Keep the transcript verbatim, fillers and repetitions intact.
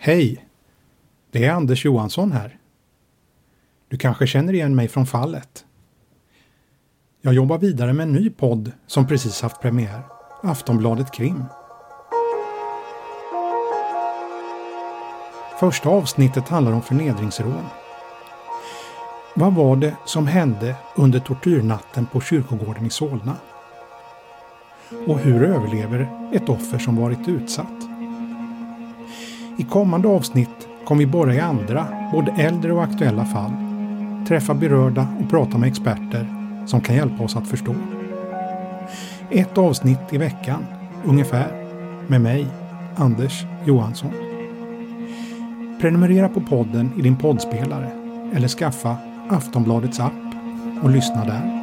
Hej! Det är Anders Johansson här. Du kanske känner igen mig från fallet. Jag jobbar vidare med en ny podd som precis haft premiär, Aftonbladet Krim. Första avsnittet handlar om förnedringsrån. Vad var det som hände under tortyrnatten på kyrkogården i Solna? Och hur överlever ett offer som varit utsatt? I kommande avsnitt kommer vi borra i andra, både äldre och aktuella fall. Träffa berörda och prata med experter som kan hjälpa oss att förstå. Ett avsnitt i veckan, ungefär, med mig, Anders Johansson. Prenumerera på podden i din poddspelare eller skaffa Aftonbladets app och lyssna där.